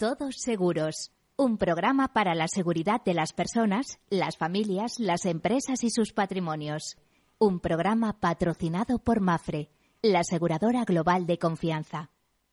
Todos Seguros, un programa para la seguridad de las personas, las familias, las empresas y sus patrimonios. Un programa patrocinado por Mapfre, la aseguradora global de confianza.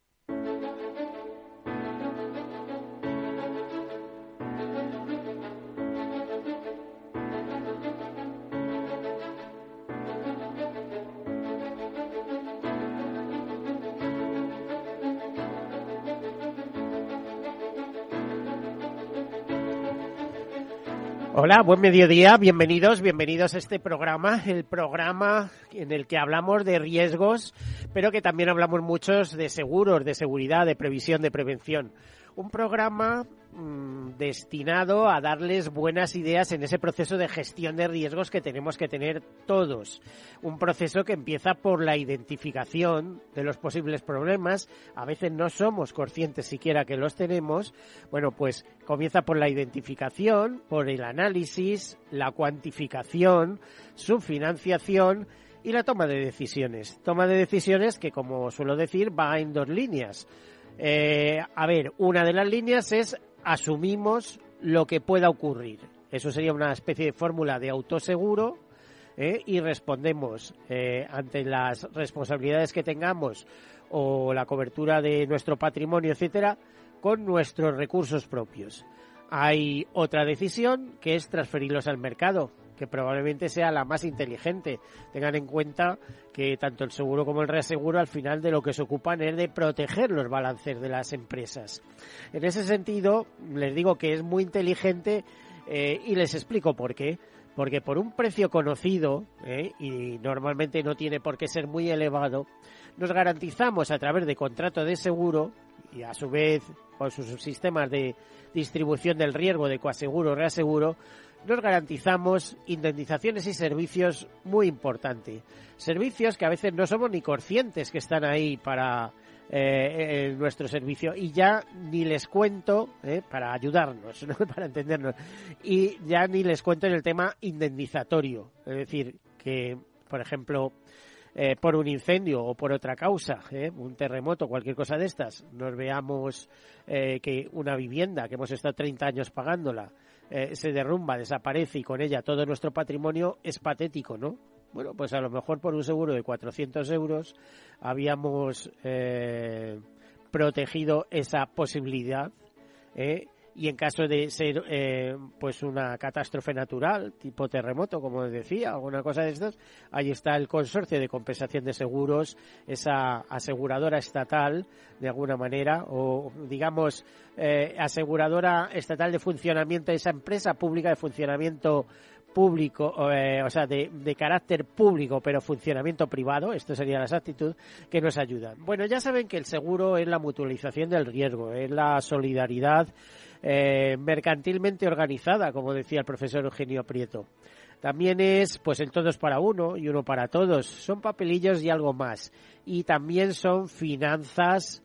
Hola, buen mediodía, bienvenidos a este programa, el programa en el que hablamos de riesgos, pero que también hablamos muchos de seguros, de seguridad, de previsión, de prevención. Un programa destinado a darles buenas ideas en ese proceso de gestión de riesgos que tenemos que tener todos. Un proceso que empieza por la identificación de los posibles problemas. A veces no somos conscientes siquiera que los tenemos. Bueno, pues comienza por la identificación, por el análisis, la cuantificación, su financiación y la toma de decisiones. Toma de decisiones que, como suelo decir, va en dos líneas. Una de las líneas es asumimos lo que pueda ocurrir. Eso sería una especie de fórmula de autoseguro, y respondemos ante las responsabilidades que tengamos o la cobertura de nuestro patrimonio, etcétera, con nuestros recursos propios. Hay otra decisión que es transferirlos al mercado, que probablemente sea la más inteligente. Tengan en cuenta que tanto el seguro como el reaseguro al final de lo que se ocupan es de proteger los balances de las empresas. En ese sentido, les digo que es muy inteligente y les explico por qué. Porque por un precio conocido, y normalmente no tiene por qué ser muy elevado, nos garantizamos a través de contrato de seguro y a su vez con sus sistemas de distribución del riesgo de coaseguro o reaseguro, nos garantizamos indemnizaciones y servicios muy importantes. Servicios que a veces no somos ni conscientes que están ahí para nuestro servicio, y ya ni les cuento para ayudarnos, ¿no? Para entendernos, y ya ni les cuento en el tema indemnizatorio, es decir, que por ejemplo por un incendio o por otra causa, un terremoto, cualquier cosa de estas, nos veamos que una vivienda que hemos estado 30 años pagándola se derrumba, desaparece y con ella todo nuestro patrimonio, es patético, ¿no? Bueno, pues a lo mejor por un seguro de 400 euros habíamos protegido esa posibilidad, y en caso de ser pues una catástrofe natural, tipo terremoto, como decía, alguna cosa de estas, ahí está el consorcio de compensación de seguros, esa aseguradora estatal, de alguna manera, o digamos aseguradora estatal de funcionamiento, esa empresa pública de funcionamiento público, o sea, de carácter público, pero funcionamiento privado, esto sería la exactitud, que nos ayudan. Bueno, ya saben que el seguro es la mutualización del riesgo, es la solidaridad mercantilmente organizada, como decía el profesor Eugenio Prieto. También es pues el todos para uno y uno para todos, son papelillos y algo más, y también son finanzas,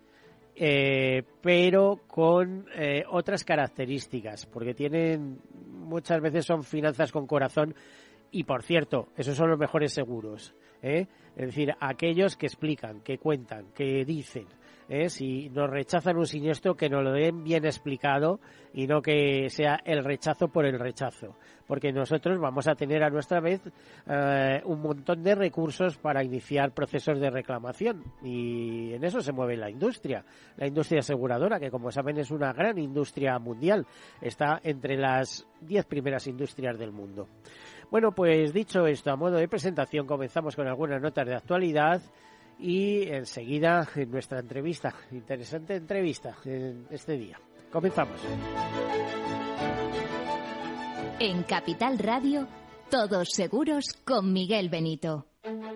pero con otras características, porque muchas veces son finanzas con corazón. Y por cierto, esos son los mejores seguros, es decir, aquellos que explican, que cuentan, que dicen, si nos rechazan un siniestro, que nos lo den bien explicado y no que sea el rechazo por el rechazo, porque nosotros vamos a tener a nuestra vez un montón de recursos para iniciar procesos de reclamación, y en eso se mueve la industria aseguradora, que como saben es una gran industria mundial, está entre las 10 primeras industrias del mundo. Bueno, pues dicho esto, a modo de presentación, comenzamos con algunas notas de actualidad y enseguida en nuestra entrevista, interesante entrevista en este día. Comenzamos. En Capital Radio, Todos Seguros con Miguel Benito.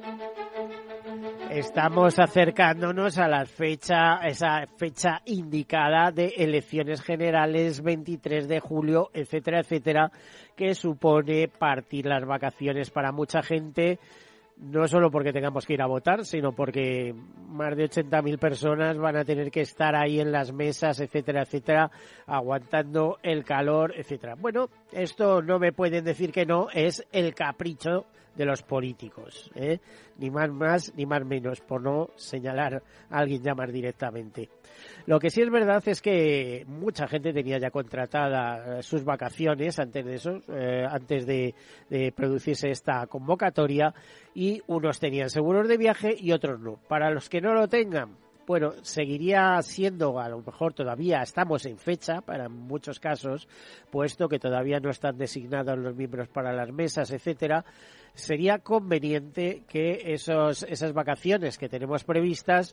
Estamos acercándonos a esa fecha indicada de elecciones generales, 23 de julio, etcétera, etcétera, que supone partir las vacaciones para mucha gente. no solo porque tengamos que ir a votar, sino porque más de 80.000 personas van a tener que estar ahí en las mesas, etcétera, etcétera, aguantando el calor, etcétera. Bueno, esto no me pueden decir que no, es el capricho de los políticos, ni más ni más menos, por no señalar a alguien ya más directamente. Lo que sí es verdad es que mucha gente tenía ya contratada sus vacaciones antes de eso, antes de producirse esta convocatoria, y unos tenían seguros de viaje y otros no. Para los que no lo tengan, bueno, seguiría siendo, a lo mejor todavía estamos en fecha para muchos casos, puesto que todavía no están designados los miembros para las mesas, etcétera. Sería conveniente que esas vacaciones que tenemos previstas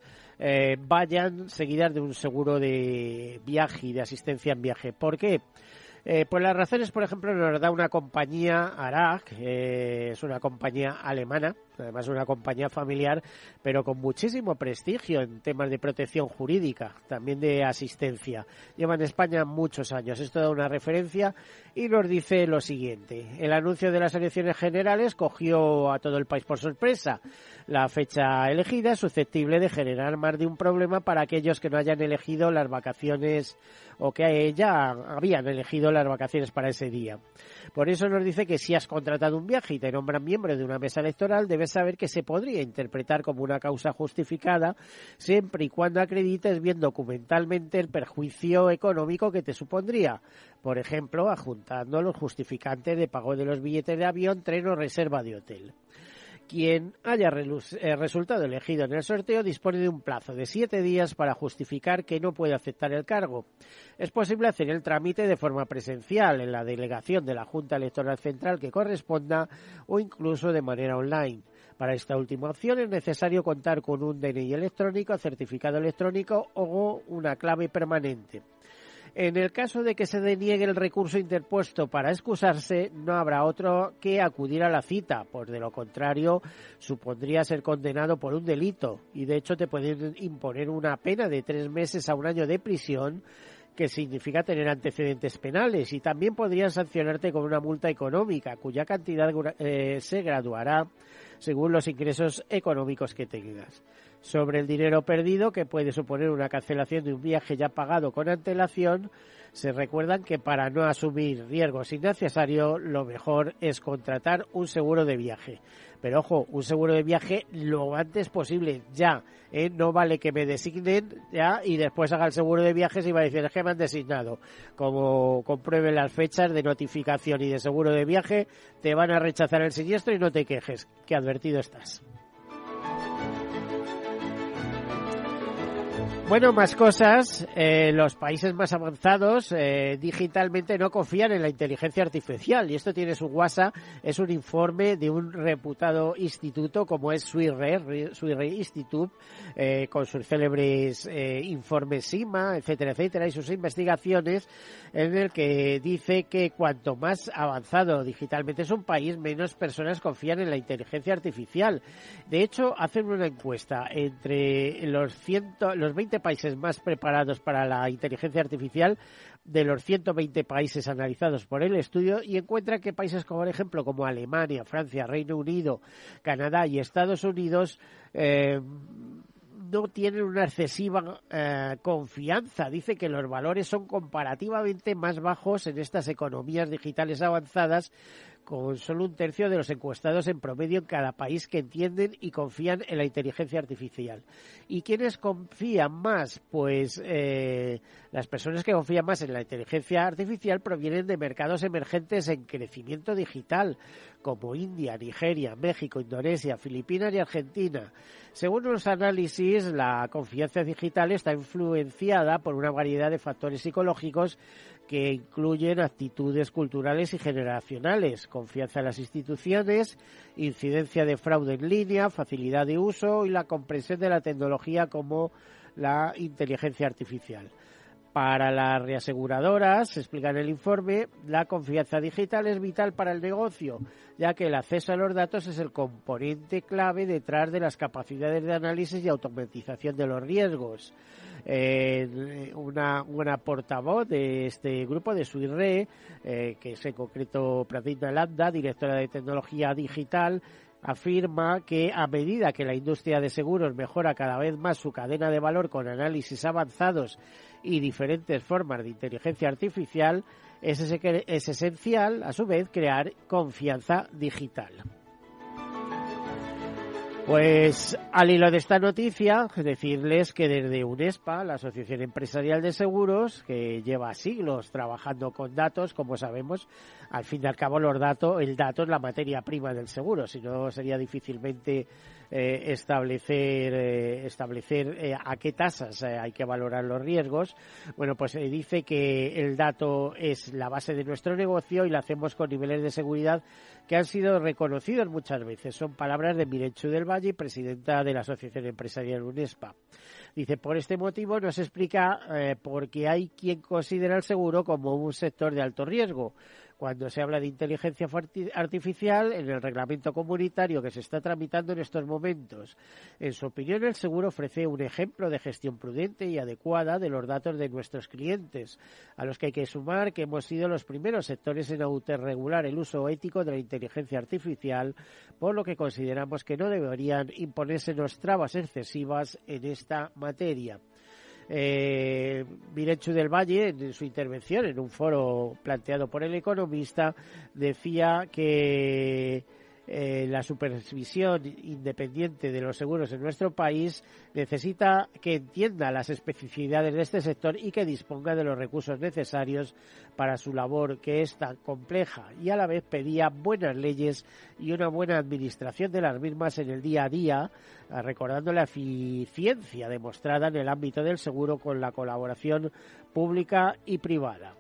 vayan seguidas de un seguro de viaje y de asistencia en viaje. ¿Por qué? Pues las razones, por ejemplo, nos da una compañía, ARAG, que es una compañía alemana, además una compañía familiar, pero con muchísimo prestigio en temas de protección jurídica, también de asistencia. Lleva en España muchos años. Esto da una referencia y nos dice lo siguiente. El anuncio de las elecciones generales cogió a todo el país por sorpresa. La fecha elegida es susceptible de generar más de un problema para aquellos que no hayan elegido las vacaciones o que ya habían elegido las vacaciones para ese día. Por eso nos dice que si has contratado un viaje y te nombran miembro de una mesa electoral, debes saber que se podría interpretar como una causa justificada siempre y cuando acredites bien documentalmente el perjuicio económico que te supondría. Por ejemplo, adjuntando los justificantes de pago de los billetes de avión, tren o reserva de hotel. Quien haya resultado elegido en el sorteo dispone de un plazo de 7 días para justificar que no puede aceptar el cargo. Es posible hacer el trámite de forma presencial en la delegación de la Junta Electoral Central que corresponda o incluso de manera online. Para esta última opción es necesario contar con un DNI electrónico, certificado electrónico o una clave permanente. En el caso de que se deniegue el recurso interpuesto para excusarse, no habrá otro que acudir a la cita, pues de lo contrario supondría ser condenado por un delito y de hecho te pueden imponer una pena de 3 meses a 1 año de prisión, que significa tener antecedentes penales, y también podrían sancionarte con una multa económica, cuya cantidad se graduará según los ingresos económicos que tengas. Sobre el dinero perdido, que puede suponer una cancelación de un viaje ya pagado con antelación, se recuerdan que para no asumir riesgos innecesarios, lo mejor es contratar un seguro de viaje. Pero ojo, un seguro de viaje lo antes posible, ya. No vale que me designen ya y después haga el seguro de viajes y va a decir, es que me han designado. Como comprueben las fechas de notificación y de seguro de viaje, te van a rechazar el siniestro y no te quejes, que advertido estás. Bueno, más cosas. Los países más avanzados digitalmente no confían en la inteligencia artificial, y esto tiene su guasa. Es un informe de un reputado instituto como es Swire Institute, con sus célebres informes SIMA, etcétera, etcétera, y sus investigaciones, en el que dice que cuanto más avanzado digitalmente es un país, menos personas confían en la inteligencia artificial. De hecho, hacen una encuesta entre los 20 países más preparados para la inteligencia artificial de los 120 países analizados por el estudio, y encuentran que países como, por ejemplo, como Alemania, Francia, Reino Unido, Canadá y Estados Unidos no tienen una excesiva confianza. Dice que los valores son comparativamente más bajos en estas economías digitales avanzadas, con solo 1/3 de los encuestados en promedio en cada país que entienden y confían en la inteligencia artificial. ¿Y quiénes confían más? Pues las personas que confían más en la inteligencia artificial provienen de mercados emergentes en crecimiento digital, como India, Nigeria, México, Indonesia, Filipinas y Argentina. Según los análisis, la confianza digital está influenciada por una variedad de factores psicológicos que incluyen actitudes culturales y generacionales, confianza en las instituciones, incidencia de fraude en línea, facilidad de uso y la comprensión de la tecnología como la inteligencia artificial. Para las reaseguradoras, se explica en el informe, la confianza digital es vital para el negocio, ya que el acceso a los datos es el componente clave detrás de las capacidades de análisis y automatización de los riesgos. Una portavoz de este grupo de Swire, que es en concreto Pradyumna Landa, directora de tecnología digital, afirma que a medida que la industria de seguros mejora cada vez más su cadena de valor con análisis avanzados y diferentes formas de inteligencia artificial, es esencial, a su vez, crear confianza digital. Pues al hilo de esta noticia, decirles que desde UNESPA, la Asociación Empresarial de Seguros, que lleva siglos trabajando con datos, como sabemos, al fin y al cabo el dato es la materia prima del seguro, si no sería difícilmente establecer a qué tasas hay que valorar los riesgos. Bueno, pues dice que el dato es la base de nuestro negocio y lo hacemos con niveles de seguridad que han sido reconocidos muchas veces. Son palabras de Mirechu del Valle, presidenta de la Asociación Empresarial UNESPA. Dice, por este motivo nos explica por qué hay quien considera el seguro como un sector de alto riesgo. Cuando se habla de inteligencia artificial en el reglamento comunitario que se está tramitando en estos momentos. En su opinión, el seguro ofrece un ejemplo de gestión prudente y adecuada de los datos de nuestros clientes, a los que hay que sumar que hemos sido los primeros sectores en autorregular el uso ético de la inteligencia artificial, por lo que consideramos que no deberían imponérsenos trabas excesivas en esta materia. Mirechu del Valle, en su intervención en un foro planteado por El Economista, decía que la supervisión independiente de los seguros en nuestro país necesita que entienda las especificidades de este sector y que disponga de los recursos necesarios para su labor, que es tan compleja, y a la vez pedía buenas leyes y una buena administración de las mismas en el día a día, recordando la eficiencia demostrada en el ámbito del seguro con la colaboración pública y privada.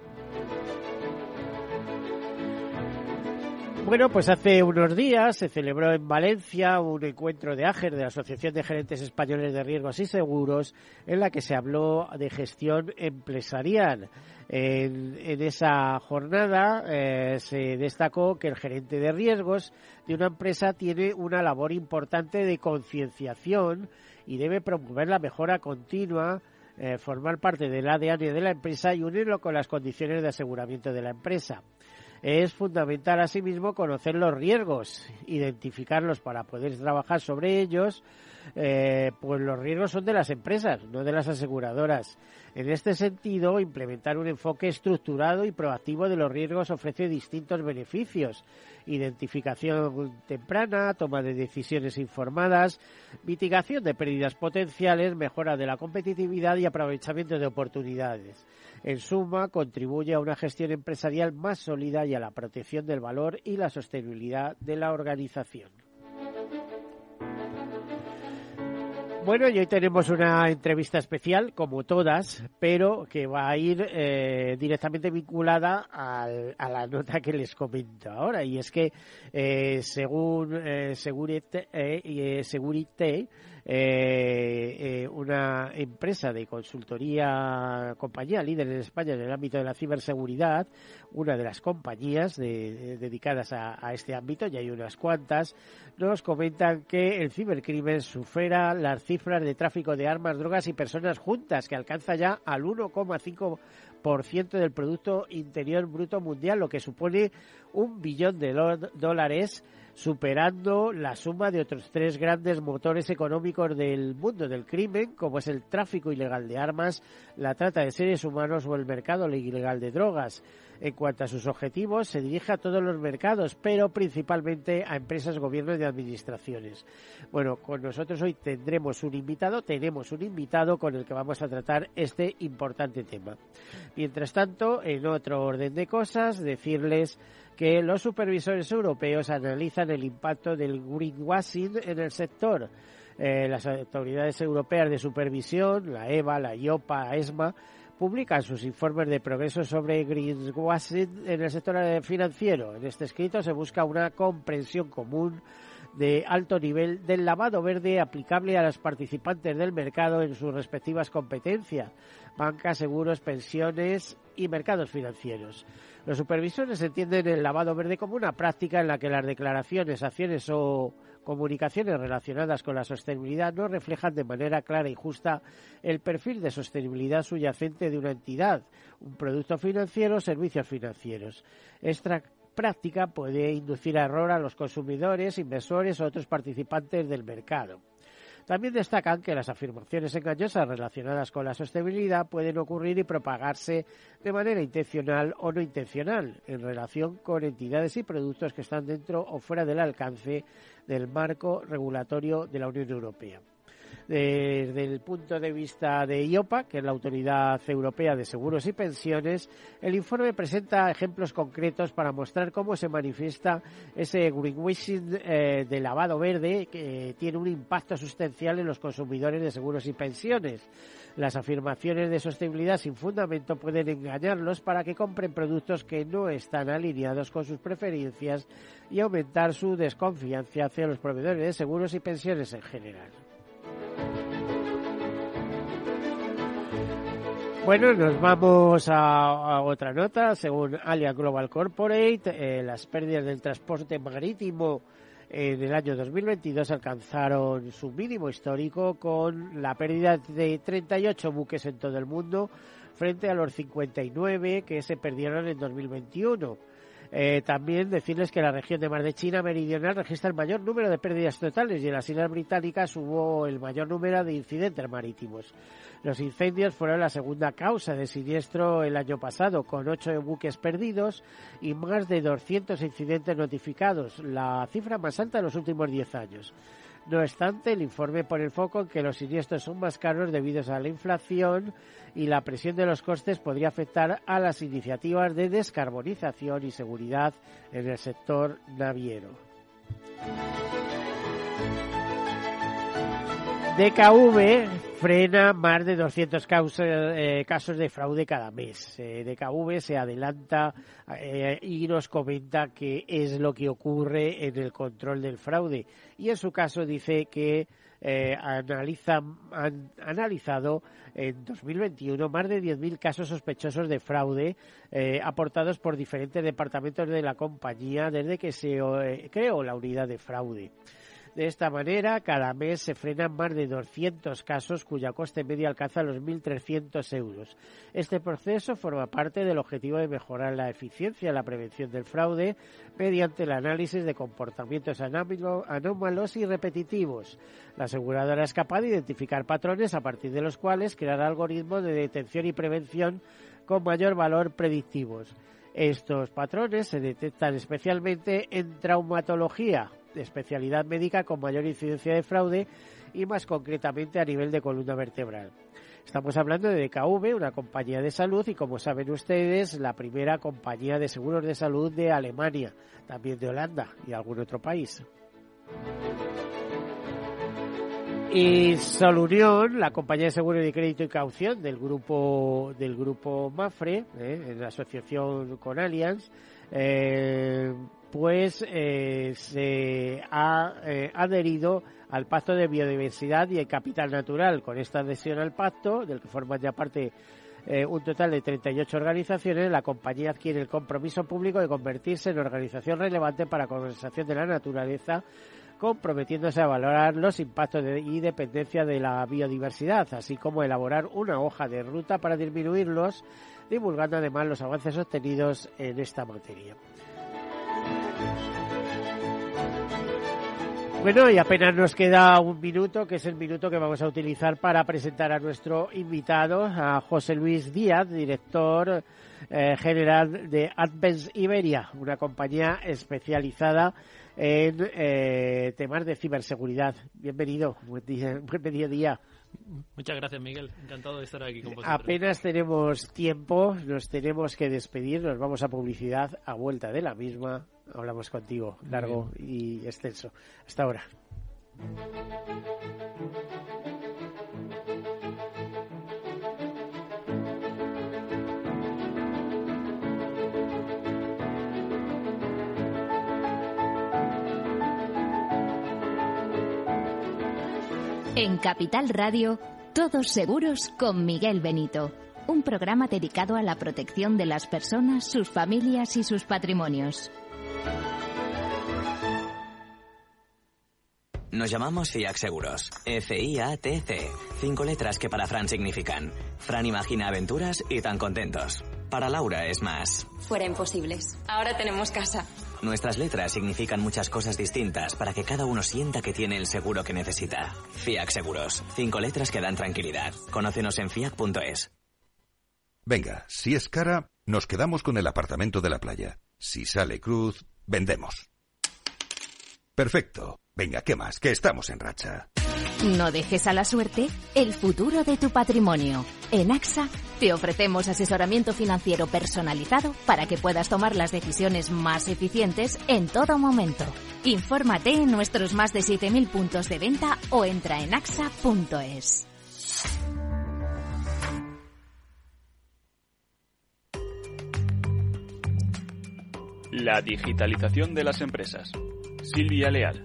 Bueno, pues hace unos días se celebró en Valencia un encuentro de AGER, de la Asociación de Gerentes Españoles de Riesgos y Seguros, en la que se habló de gestión empresarial. En esa jornada se destacó que el gerente de riesgos de una empresa tiene una labor importante de concienciación y debe promover la mejora continua, formar parte del ADN de la empresa y unirlo con las condiciones de aseguramiento de la empresa. Es fundamental, asimismo, conocer los riesgos, identificarlos para poder trabajar sobre ellos, pues los riesgos son de las empresas, no de las aseguradoras. En este sentido, implementar un enfoque estructurado y proactivo de los riesgos ofrece distintos beneficios: identificación temprana, toma de decisiones informadas, mitigación de pérdidas potenciales, mejora de la competitividad y aprovechamiento de oportunidades. En suma, contribuye a una gestión empresarial más sólida y a la protección del valor y la sostenibilidad de la organización. Bueno, y hoy tenemos una entrevista especial, como todas, pero que va a ir directamente vinculada a la nota que les comento ahora. Y es que, según Segurite, una empresa de consultoría, compañía líder en España en el ámbito de la ciberseguridad, una de las compañías dedicadas a este ámbito, y hay unas cuantas, nos comentan que el cibercrimen supera las cifras de tráfico de armas, drogas y personas juntas, que alcanza ya al 1,5% del Producto Interior Bruto Mundial, lo que supone $1 billón, superando la suma de otros 3 grandes motores económicos del mundo del crimen, como es el tráfico ilegal de armas, la trata de seres humanos o el mercado ilegal de drogas. En cuanto a sus objetivos, se dirige a todos los mercados, pero principalmente a empresas, gobiernos y administraciones. Bueno, con nosotros hoy tenemos un invitado con el que vamos a tratar este importante tema. Mientras tanto, en otro orden de cosas, decirles que los supervisores europeos analizan el impacto del greenwashing en el sector. Las autoridades europeas de supervisión, la EBA, la IOPA, la ESMA, publican sus informes de progreso sobre greenwashing en el sector financiero. En este escrito se busca una comprensión común de alto nivel del lavado verde aplicable a los participantes del mercado en sus respectivas competencias: bancas, seguros, pensiones y mercados financieros. Los supervisores entienden el lavado verde como una práctica en la que las declaraciones, acciones o comunicaciones relacionadas con la sostenibilidad no reflejan de manera clara y justa el perfil de sostenibilidad subyacente de una entidad, un producto financiero o servicios financieros. Esta práctica puede inducir a error a los consumidores, inversores o otros participantes del mercado. También destacan que las afirmaciones engañosas relacionadas con la sostenibilidad pueden ocurrir y propagarse de manera intencional o no intencional en relación con entidades y productos que están dentro o fuera del alcance del marco regulatorio de la Unión Europea. Desde el punto de vista de IOPA, que es la Autoridad Europea de Seguros y Pensiones, el informe presenta ejemplos concretos para mostrar cómo se manifiesta ese greenwashing de lavado verde que tiene un impacto sustancial en los consumidores de seguros y pensiones. Las afirmaciones de sostenibilidad sin fundamento pueden engañarlos para que compren productos que no están alineados con sus preferencias y aumentar su desconfianza hacia los proveedores de seguros y pensiones en general. Bueno, nos vamos a otra nota. Según Allianz Global Corporate, las pérdidas del transporte marítimo en el año 2022 alcanzaron su mínimo histórico con la pérdida de 38 buques en todo el mundo frente a los 59 que se perdieron en 2021. También decirles que la región de Mar de China Meridional registra el mayor número de pérdidas totales y en las Islas Británicas hubo el mayor número de incidentes marítimos. Los incendios fueron la segunda causa de siniestro el año pasado, con 8 buques perdidos y más de 200 incidentes notificados, la cifra más alta de los últimos 10 años. No obstante, el informe pone el foco en que los siniestros son más caros debido a la inflación y la presión de los costes podría afectar a las iniciativas de descarbonización y seguridad en el sector naviero. DKV frena más de 200 casos de fraude cada mes. DKV se adelanta y nos comenta qué es lo que ocurre en el control del fraude. Y en su caso dice que han analizado en 2021 más de 10.000 casos sospechosos de fraude aportados por diferentes departamentos de la compañía desde que se creó la unidad de fraude. De esta manera, cada mes se frenan más de 200 casos cuya coste medio alcanza los 1.300 euros. Este proceso forma parte del objetivo de mejorar la eficiencia en la prevención del fraude mediante el análisis de comportamientos anómalos y repetitivos. La aseguradora es capaz de identificar patrones a partir de los cuales crear algoritmos de detención y prevención con mayor valor predictivos. Estos patrones se detectan especialmente en traumatología, de especialidad médica con mayor incidencia de fraude y más concretamente a nivel de columna vertebral. Estamos hablando de DKV, una compañía de salud y, como saben ustedes, la primera compañía de seguros de salud de Alemania, también de Holanda y algún otro país. Y Solunión, la compañía de seguro de crédito y caución del grupo Mapfre, en asociación con Allianz, se ha adherido al Pacto de Biodiversidad y el Capital Natural. Con esta adhesión al pacto, del que forman ya parte un total de 38 organizaciones, la compañía adquiere el compromiso público de convertirse en organización relevante para la conservación de la naturaleza, comprometiéndose a valorar los impactos y dependencia de la biodiversidad, así como elaborar una hoja de ruta para disminuirlos, divulgando además los avances obtenidos en esta materia. Bueno, y apenas nos queda un minuto, que es el minuto que vamos a utilizar para presentar a nuestro invitado, a José Luis Díaz, director general de Advents Iberia, una compañía especializada en temas de ciberseguridad. Bienvenido, buen día. Muchas gracias, Miguel. Encantado de estar aquí con vosotros. Apenas tenemos tiempo, nos tenemos que despedir, nos vamos a publicidad. A vuelta de la misma hablamos contigo, largo y extenso. Hasta ahora. En Capital Radio, Todos Seguros con Miguel Benito. Un programa dedicado a la protección de las personas, sus familias y sus patrimonios. Nos llamamos FIAC Seguros. FIATC. 5 letras que para Fran significan: Fran imagina aventuras y tan contentos. para Laura es más. Fuera imposibles. Ahora tenemos casa. Nuestras letras significan muchas cosas distintas para que cada uno sienta que tiene el seguro que necesita. FIAC Seguros. 5 letras que dan tranquilidad. Conócenos en fiac.es. Venga, si es cara, nos quedamos con el apartamento de la playa. Si sale cruz, vendemos. Perfecto. Venga, ¿qué más? Que estamos en racha. No dejes a la suerte el futuro de tu patrimonio. En AXA te ofrecemos asesoramiento financiero personalizado para que puedas tomar las decisiones más eficientes en todo momento. Infórmate en nuestros más de 7.000 puntos de venta o entra en axa.es. La digitalización de las empresas. Silvia Leal.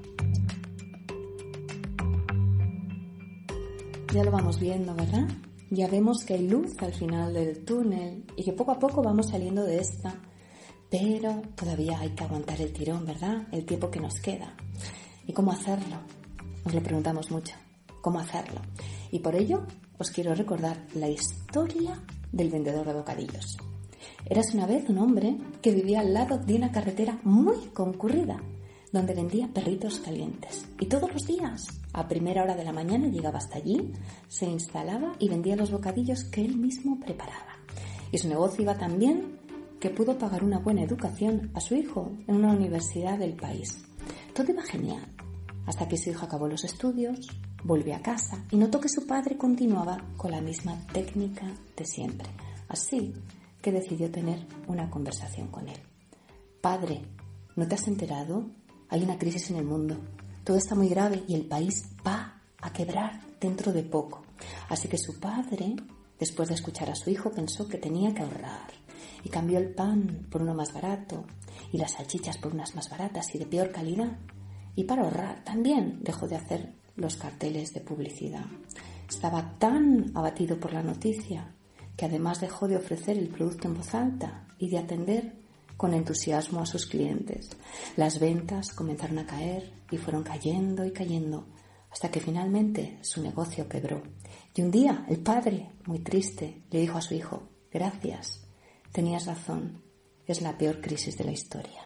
Ya lo vamos viendo, ¿verdad? Ya vemos que hay luz al final del túnel y que poco a poco vamos saliendo de esta. Pero todavía hay que aguantar el tirón, ¿verdad? El tiempo que nos queda. ¿Y cómo hacerlo? Nos lo preguntamos mucho. ¿Cómo hacerlo? Y por ello os quiero recordar la historia del vendedor de bocadillos. Érase una vez un hombre que vivía al lado de una carretera muy concurrida, donde vendía perritos calientes. Y todos los días, a primera hora de la mañana, llegaba hasta allí, se instalaba y vendía los bocadillos que él mismo preparaba. Y su negocio iba tan bien que pudo pagar una buena educación a su hijo en una universidad del país. Todo iba genial, hasta que su hijo acabó los estudios, volvió a casa y notó que su padre continuaba con la misma técnica de siempre. Así que decidió tener una conversación con él. Padre, ¿no te has enterado? Hay una crisis en el mundo. Todo está muy grave y el país va a quebrar dentro de poco. Así que su padre, después de escuchar a su hijo, pensó que tenía que ahorrar. Y cambió el pan por uno más barato y las salchichas por unas más baratas y de peor calidad. Y para ahorrar también dejó de hacer los carteles de publicidad. Estaba tan abatido por la noticia que además dejó de ofrecer el producto en voz alta y de atender con entusiasmo a sus clientes. Las ventas comenzaron a caer y fueron cayendo y cayendo hasta que finalmente su negocio quebró. Y un día el padre, muy triste, le dijo a su hijo: gracias, tenías razón, es la peor crisis de la historia.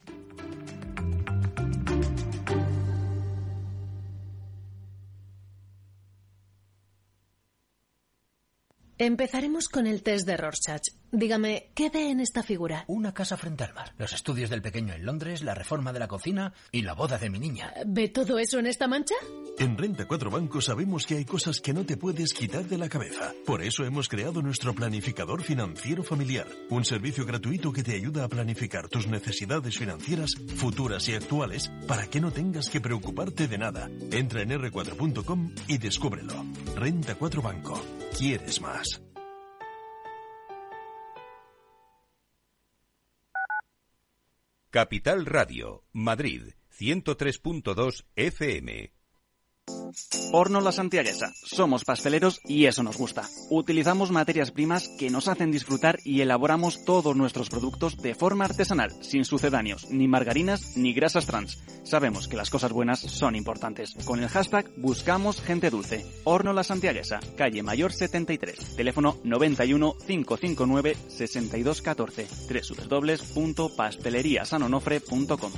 Empezaremos con el test de Rorschach. Dígame, ¿qué ve en esta figura? Una casa frente al mar, los estudios del pequeño en Londres, la reforma de la cocina y la boda de mi niña. ¿Ve todo eso en esta mancha? En Renta 4 Banco sabemos que hay cosas que no te puedes quitar de la cabeza. Por eso hemos creado nuestro planificador financiero familiar, un servicio gratuito que te ayuda a planificar tus necesidades financieras, futuras y actuales, para que no tengas que preocuparte de nada. Entra en r4.com y descúbrelo. Renta 4 Banco. ¿Quieres más? Capital Radio, Madrid, 103.2 FM. Horno La Santiaguesa. Somos pasteleros y eso nos gusta. Utilizamos materias primas que nos hacen disfrutar y elaboramos todos nuestros productos de forma artesanal, sin sucedáneos, ni margarinas, ni grasas trans. Sabemos que las cosas buenas son importantes. Con el hashtag buscamos gente dulce. Horno La Santiaguesa, calle Mayor 73, teléfono 91 559 6214, www.pasteleriasanonofre.com.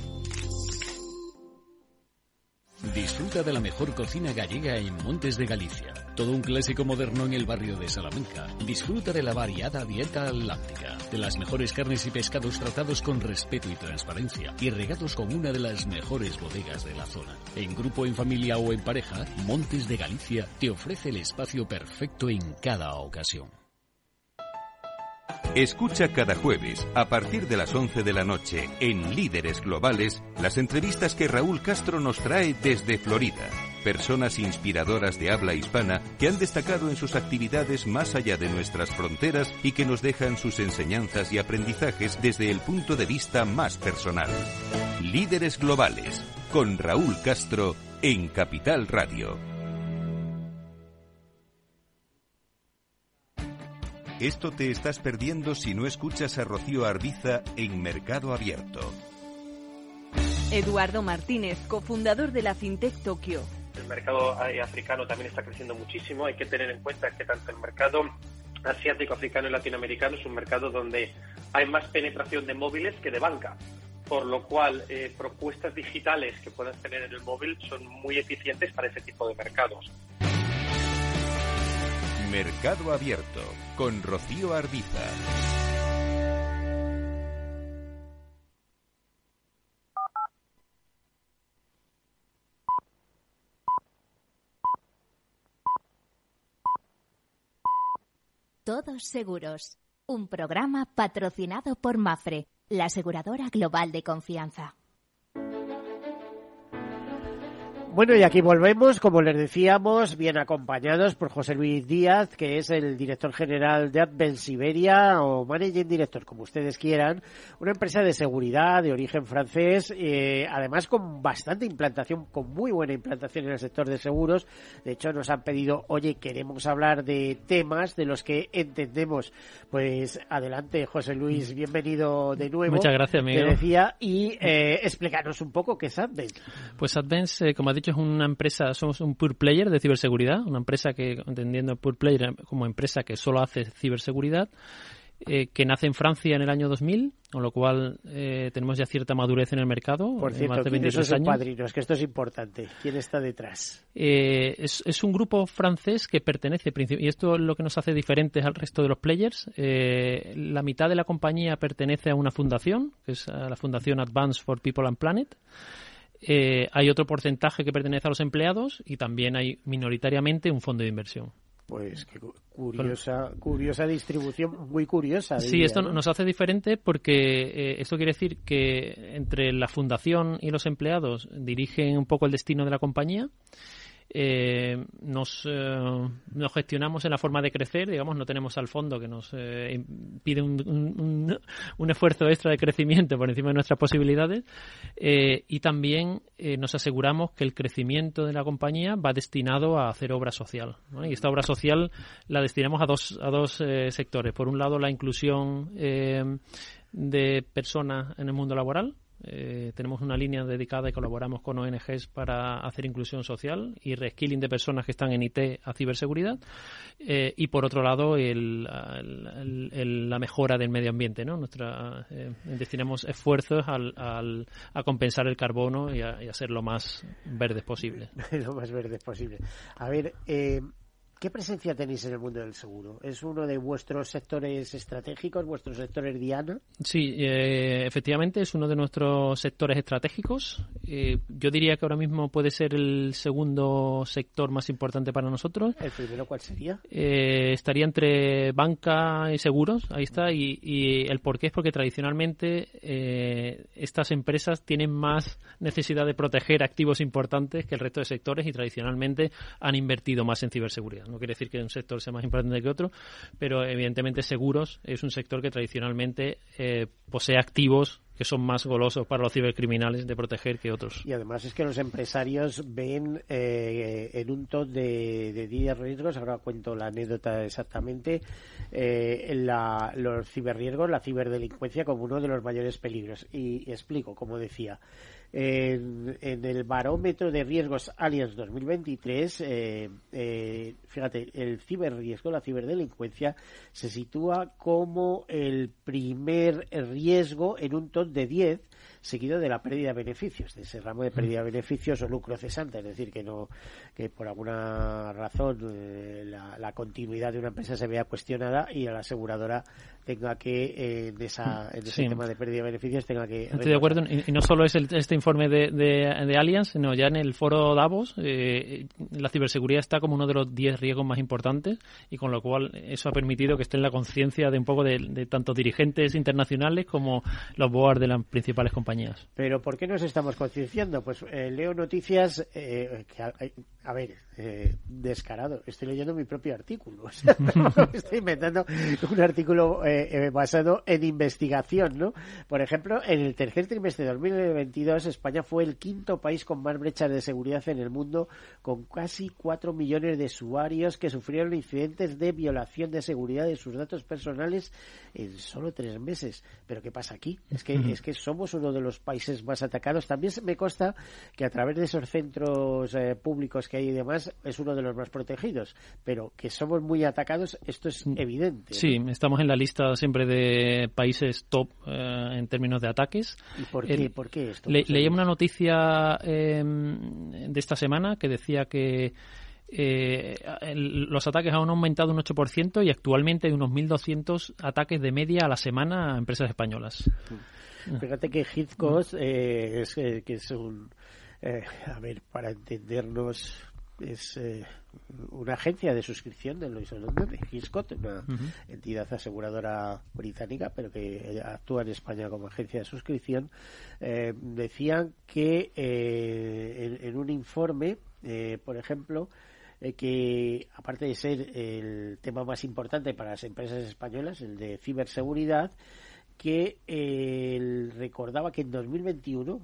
Disfruta de la mejor cocina gallega en Montes de Galicia. Todo un clásico moderno en el barrio de Salamanca. Disfruta de la variada dieta atlántica, de las mejores carnes y pescados tratados con respeto y transparencia y regados con una de las mejores bodegas de la zona. En grupo, en familia o en pareja, Montes de Galicia te ofrece el espacio perfecto en cada ocasión. Escucha cada jueves, a partir de las 11 de la noche, en Líderes Globales, las entrevistas que Raúl Castro nos trae desde Florida. Personas inspiradoras de habla hispana que han destacado en sus actividades más allá de nuestras fronteras y que nos dejan sus enseñanzas y aprendizajes desde el punto de vista más personal. Líderes Globales, con Raúl Castro, en Capital Radio. Esto te estás perdiendo si no escuchas a Rocío Arbiza en Mercado Abierto. Eduardo Martínez, cofundador de la FinTech Tokio. El mercado africano también está creciendo muchísimo. Hay que tener en cuenta que tanto el mercado asiático, africano y latinoamericano es un mercado donde hay más penetración de móviles que de banca, por lo cual propuestas digitales que puedas tener en el móvil son muy eficientes para ese tipo de mercados. Mercado Abierto con Rocío Arbiza. Todos Seguros, un programa patrocinado por Mapfre, la aseguradora global de confianza. Bueno, y aquí volvemos, como les decíamos, bien acompañados por José Luis Díaz, que es el director general de Advent Siberia, o Managing Director, como ustedes quieran, una empresa de seguridad de origen francés, además con bastante implantación, con muy buena implantación en el sector de seguros. De hecho, nos han pedido, oye, queremos hablar de temas de los que entendemos. Pues adelante, José Luis, bienvenido de nuevo. Muchas gracias, Miguel. Te decía, y explícanos un poco qué es Advent. Pues Advent, como has dicho, es una empresa, somos un pure player de ciberseguridad, una empresa que, entendiendo pure player como empresa que solo hace ciberseguridad, que nace en Francia en el año 2000, con lo cual tenemos ya cierta madurez en el mercado. Por cierto, más de ¿quiénes 23 son años. padrinos? Que esto es importante. ¿Quién está detrás? Es un grupo francés que pertenece, y esto es lo que nos hace diferentes al resto de los players. La mitad de la compañía pertenece a una fundación, que es a la Fundación Advance for People and Planet. Hay otro porcentaje que pertenece a los empleados y también hay minoritariamente un fondo de inversión. Pues qué curiosa distribución, muy curiosa. Sí, diría, esto ¿no? nos hace diferente porque esto quiere decir que entre la fundación y los empleados dirigen un poco el destino de la compañía. Nos gestionamos en la forma de crecer, digamos, no tenemos al fondo que nos pide un esfuerzo extra de crecimiento por encima de nuestras posibilidades, y también nos aseguramos que el crecimiento de la compañía va destinado a hacer obra social, ¿no? Y esta obra social la destinamos a dos sectores. Por un lado, la inclusión de personas en el mundo laboral. Tenemos una línea dedicada y colaboramos con ONGs para hacer inclusión social y reskilling de personas que están en IT a ciberseguridad, y por otro lado la mejora del medio ambiente, ¿no? Destinamos esfuerzos a compensar el carbono y a ser lo más verdes posible. Lo más verdes posible. A ver, ¿qué presencia tenéis en el mundo del seguro? ¿Es uno de vuestros sectores estratégicos, vuestros sectores diana? Sí, efectivamente es uno de nuestros sectores estratégicos. Yo diría que ahora mismo puede ser el segundo sector más importante para nosotros. ¿El primero cuál sería? Estaría entre banca y seguros, ahí está. Y el porqué es porque tradicionalmente estas empresas tienen más necesidad de proteger activos importantes que el resto de sectores y tradicionalmente han invertido más en ciberseguridad. No quiere decir que un sector sea más importante que otro, pero evidentemente seguros es un sector que tradicionalmente posee activos que son más golosos para los cibercriminales de proteger que otros. Y además es que los empresarios ven en un top de 10 riesgos, ahora cuento la anécdota exactamente, los ciberriesgos, la ciberdelincuencia como uno de los mayores peligros. Y explico, como decía, en el barómetro de riesgos Allianz 2023, fíjate, el ciberriesgo, la ciberdelincuencia, se sitúa como el primer riesgo en un top de 10, seguido de la pérdida de beneficios, de ese ramo de pérdida de beneficios o lucro cesante, es decir, que por alguna razón la continuidad de una empresa se vea cuestionada y a la aseguradora tenga que en ese tema de pérdida de beneficios tenga que... Estoy de acuerdo, y no solo es este informe de Allianz, sino ya en el foro Davos la ciberseguridad está como uno de los 10 riesgos más importantes, y con lo cual eso ha permitido que esté en la conciencia de un poco de tanto dirigentes internacionales como los boards de las principales compañías. Pero ¿por qué nos estamos concienciando? Pues leo noticias descarado, estoy leyendo mi propio artículo, o sea, estoy inventando un artículo basado en investigación, ¿no? Por ejemplo, en el tercer trimestre de 2022 España fue el quinto país con más brechas de seguridad en el mundo, con casi 4 millones de usuarios que sufrieron incidentes de violación de seguridad de sus datos personales en solo 3 meses. ¿Pero qué pasa aquí? Es que somos uno de los países más atacados. También me consta que a través de esos centros públicos que hay y demás es uno de los más protegidos, pero que somos muy atacados, esto es evidente, ¿no? Sí, estamos en la lista siempre de países top en términos de ataques. ¿Y por qué? ¿Por qué esto? Leí una noticia de esta semana que decía que los ataques han aumentado un 8% y actualmente hay unos 1.200 ataques de media a la semana a empresas españolas. Fíjate que Hitchcock que es un... a ver, para entendernos, es una agencia de suscripción de Lloyd's of London, Hiscox, una entidad aseguradora británica, pero que actúa en España como agencia de suscripción. Decían que en un informe, por ejemplo, que aparte de ser el tema más importante para las empresas españolas, el de ciberseguridad, que recordaba que en 2021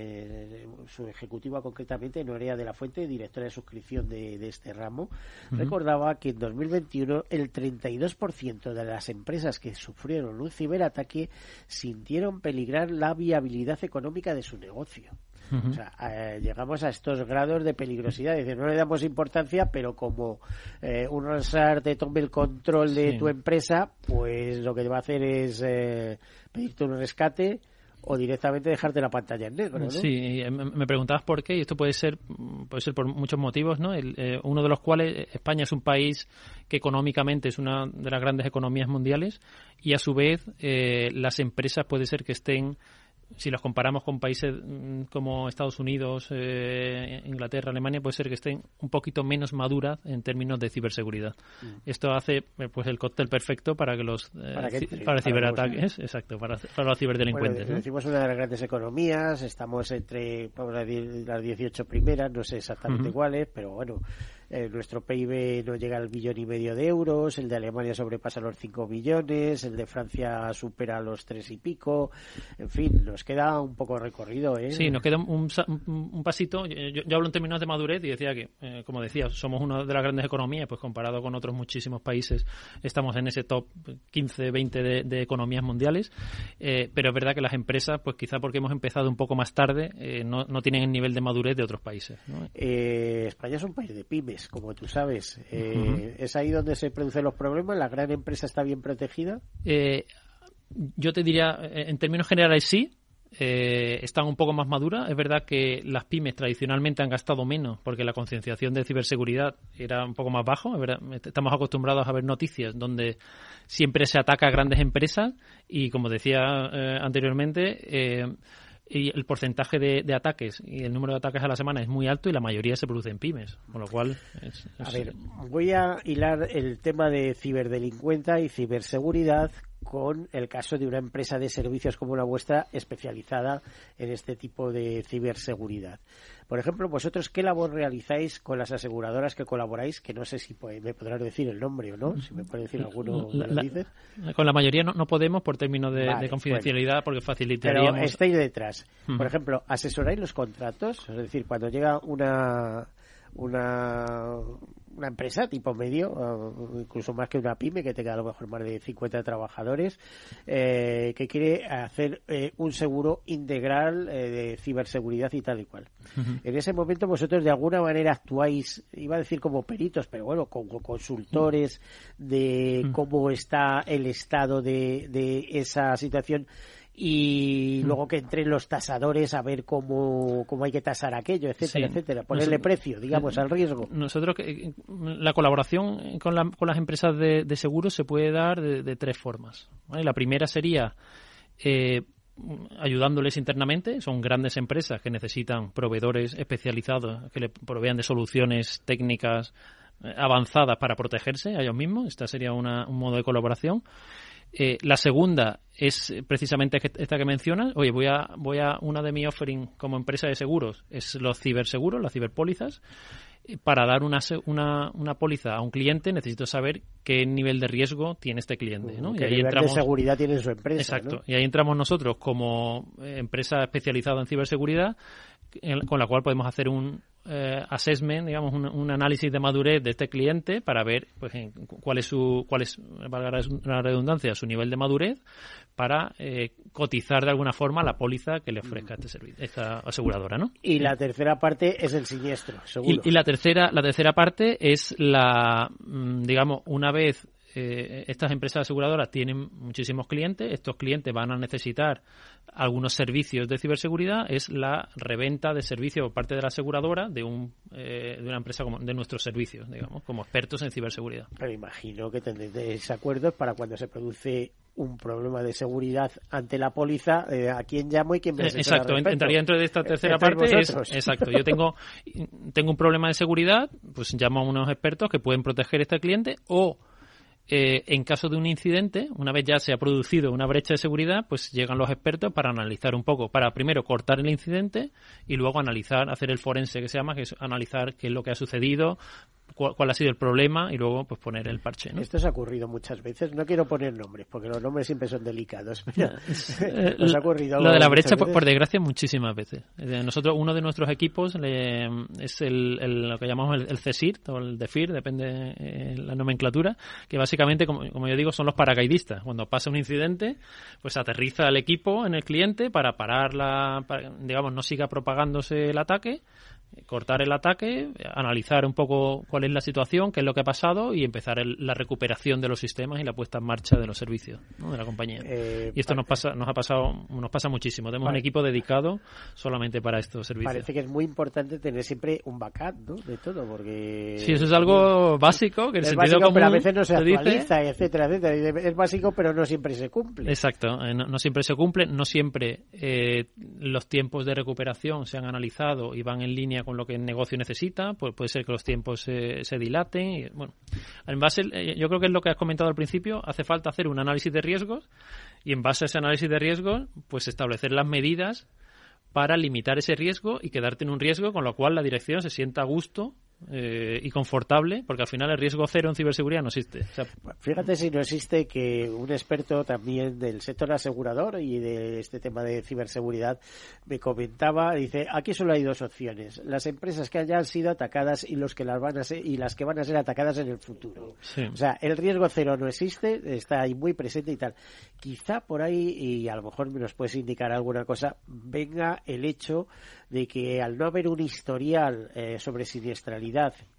su ejecutiva concretamente, Noelia de la Fuente, directora de suscripción de este ramo, recordaba que en 2021 el 32% de las empresas que sufrieron un ciberataque sintieron peligrar la viabilidad económica de su negocio. O sea, llegamos a estos grados de peligrosidad. Es decir, no le damos importancia, pero como un ransomware te tome el control de tu empresa, pues lo que te va a hacer es pedirte un rescate o directamente dejarte la pantalla en negro, ¿no? Sí, me preguntabas por qué, y esto puede ser por muchos motivos, ¿no? Uno de los cuales, España es un país que económicamente es una de las grandes economías mundiales, y a su vez las empresas puede ser que estén, si los comparamos con países como Estados Unidos, Inglaterra, Alemania, puede ser que estén un poquito menos maduras en términos de ciberseguridad. Esto hace pues el cóctel perfecto para que para ciberataques, exacto, para los ciberdelincuentes. Bueno, decimos una de las grandes economías, estamos entre, vamos a decir, las 18 primeras, no sé exactamente cuáles, pero bueno, nuestro PIB no llega al 1,5 billones de euros, el de Alemania sobrepasa los 5 billones, el de Francia supera los 3 y pico, en fin, nos queda un poco recorrido, ¿eh? Sí, nos queda un pasito. Yo hablo en términos de madurez y decía que, como decía, somos una de las grandes economías, pues comparado con otros muchísimos países, estamos en ese top 15, 20 de economías mundiales, pero es verdad que las empresas, pues quizá porque hemos empezado un poco más tarde, no tienen el nivel de madurez de otros países, ¿no? España es un país de pymes, como tú sabes. ¿Es ahí donde se producen los problemas? ¿La gran empresa está bien protegida? Yo te diría, en términos generales sí, están un poco más maduras. Es verdad que las pymes tradicionalmente han gastado menos porque la concienciación de ciberseguridad era un poco más bajo. Es verdad, estamos acostumbrados a ver noticias donde siempre se ataca a grandes empresas y, como decía anteriormente, y el porcentaje de ataques y el número de ataques a la semana es muy alto y la mayoría se produce en pymes, con lo cual A ver, voy a hilar el tema de ciberdelincuencia y ciberseguridad con el caso de una empresa de servicios como la vuestra especializada en este tipo de ciberseguridad. Por ejemplo, vosotros, ¿qué labor realizáis con las aseguradoras que colaboráis? Que no sé si me podrás decir el nombre o no, si me puedes decir alguno, ¿me lo dices? Con la mayoría no podemos por términos de confidencialidad, bueno, porque facilitaríamos... Pero estáis detrás. Por ejemplo, ¿asesoráis los contratos? Es decir, cuando llega una empresa tipo medio, incluso más que una pyme que tenga a lo mejor más de 50 trabajadores, que quiere hacer un seguro integral de ciberseguridad y tal y cual. En ese momento vosotros de alguna manera actuáis, iba a decir como peritos, pero bueno, como consultores de cómo está el estado de esa situación, y luego que entren los tasadores a ver cómo hay que tasar aquello, etcétera, etcétera, ponerle precio, digamos, al riesgo. Nosotros, la colaboración con las empresas de seguros se puede dar de tres formas, ¿vale? La primera sería ayudándoles internamente. Son grandes empresas que necesitan proveedores especializados que le provean de soluciones técnicas avanzadas para protegerse a ellos mismos. Esta sería un modo de colaboración. La segunda es precisamente esta que mencionas. Oye, voy a una de mis offering como empresa de seguros, es los ciberseguros, las ciberpólizas. Para dar una póliza a un cliente necesito saber qué nivel de riesgo tiene este cliente, ¿no? ¿Qué nivel de seguridad tiene su empresa? Exacto, ¿no? Y ahí entramos nosotros como empresa especializada en ciberseguridad, con la cual podemos hacer assessment, digamos, un análisis de madurez de este cliente para ver pues cuál es, valga la redundancia, su nivel de madurez para cotizar de alguna forma la póliza que le ofrezca este servicio, esta aseguradora, ¿no? Y la tercera parte es el siniestro, seguro. Y la tercera parte es digamos, una vez estas empresas aseguradoras tienen muchísimos clientes, estos clientes van a necesitar algunos servicios de ciberseguridad, es la reventa de servicios por parte de la aseguradora de una empresa de nuestros servicios, digamos, como expertos en ciberseguridad. Pero imagino que tendréis acuerdos para cuando se produce un problema de seguridad ante la póliza, ¿a quién llamo y quién me asesora? Exacto, entraría dentro de esta tercera parte. Exacto, yo tengo un problema de seguridad, pues llamo a unos expertos que pueden proteger a este cliente, o en caso de un incidente, una vez ya se ha producido una brecha de seguridad, pues llegan los expertos para analizar un poco, para primero cortar el incidente y luego hacer el forense que se llama, que es analizar qué es lo que ha sucedido, cuál ha sido el problema y luego pues poner el parche, ¿no? Esto se ha ocurrido muchas veces. No quiero poner nombres porque los nombres siempre son delicados. Pero nos ha ocurrido lo de la brecha, por desgracia, muchísimas veces. Nosotros, uno de nuestros equipos es lo que llamamos el CSIRT o el DEFIR, depende la nomenclatura, que básicamente, como yo digo, son los paracaidistas. Cuando pasa un incidente, pues aterriza el equipo en el cliente para parar digamos, no siga propagándose el ataque, cortar el ataque, analizar un poco cuál es la situación, qué es lo que ha pasado y empezar la recuperación de los sistemas y la puesta en marcha de los servicios, ¿no?, de la compañía. Y esto nos pasa muchísimo. Tenemos un equipo dedicado solamente para estos servicios. Parece que es muy importante tener siempre un backup, ¿no?, de todo, porque sí, eso es algo básico, que el sentido básico, común, pero a veces no se actualiza, etcétera, etcétera. Es básico, pero no siempre se cumple. Exacto, no siempre se cumple, no siempre los tiempos de recuperación se han analizado y van en línea con lo que el negocio necesita, pues puede ser que los tiempos se dilaten. Y, bueno, en base, yo creo que es lo que has comentado al principio, hace falta hacer un análisis de riesgos y en base a ese análisis de riesgos, pues establecer las medidas para limitar ese riesgo y quedarte en un riesgo con lo cual la dirección se sienta a gusto y confortable, porque al final el riesgo cero en ciberseguridad no existe. O sea, fíjate si no existe, que un experto también del sector asegurador y de este tema de ciberseguridad me comentaba, dice, aquí solo hay dos opciones: las empresas que hayan sido atacadas y las que van a ser atacadas en el futuro. Sí. O sea, el riesgo cero no existe, está ahí muy presente y tal. Quizá por ahí, y a lo mejor nos puedes indicar alguna cosa, venga el hecho de que al no haber un historial sobre siniestralidad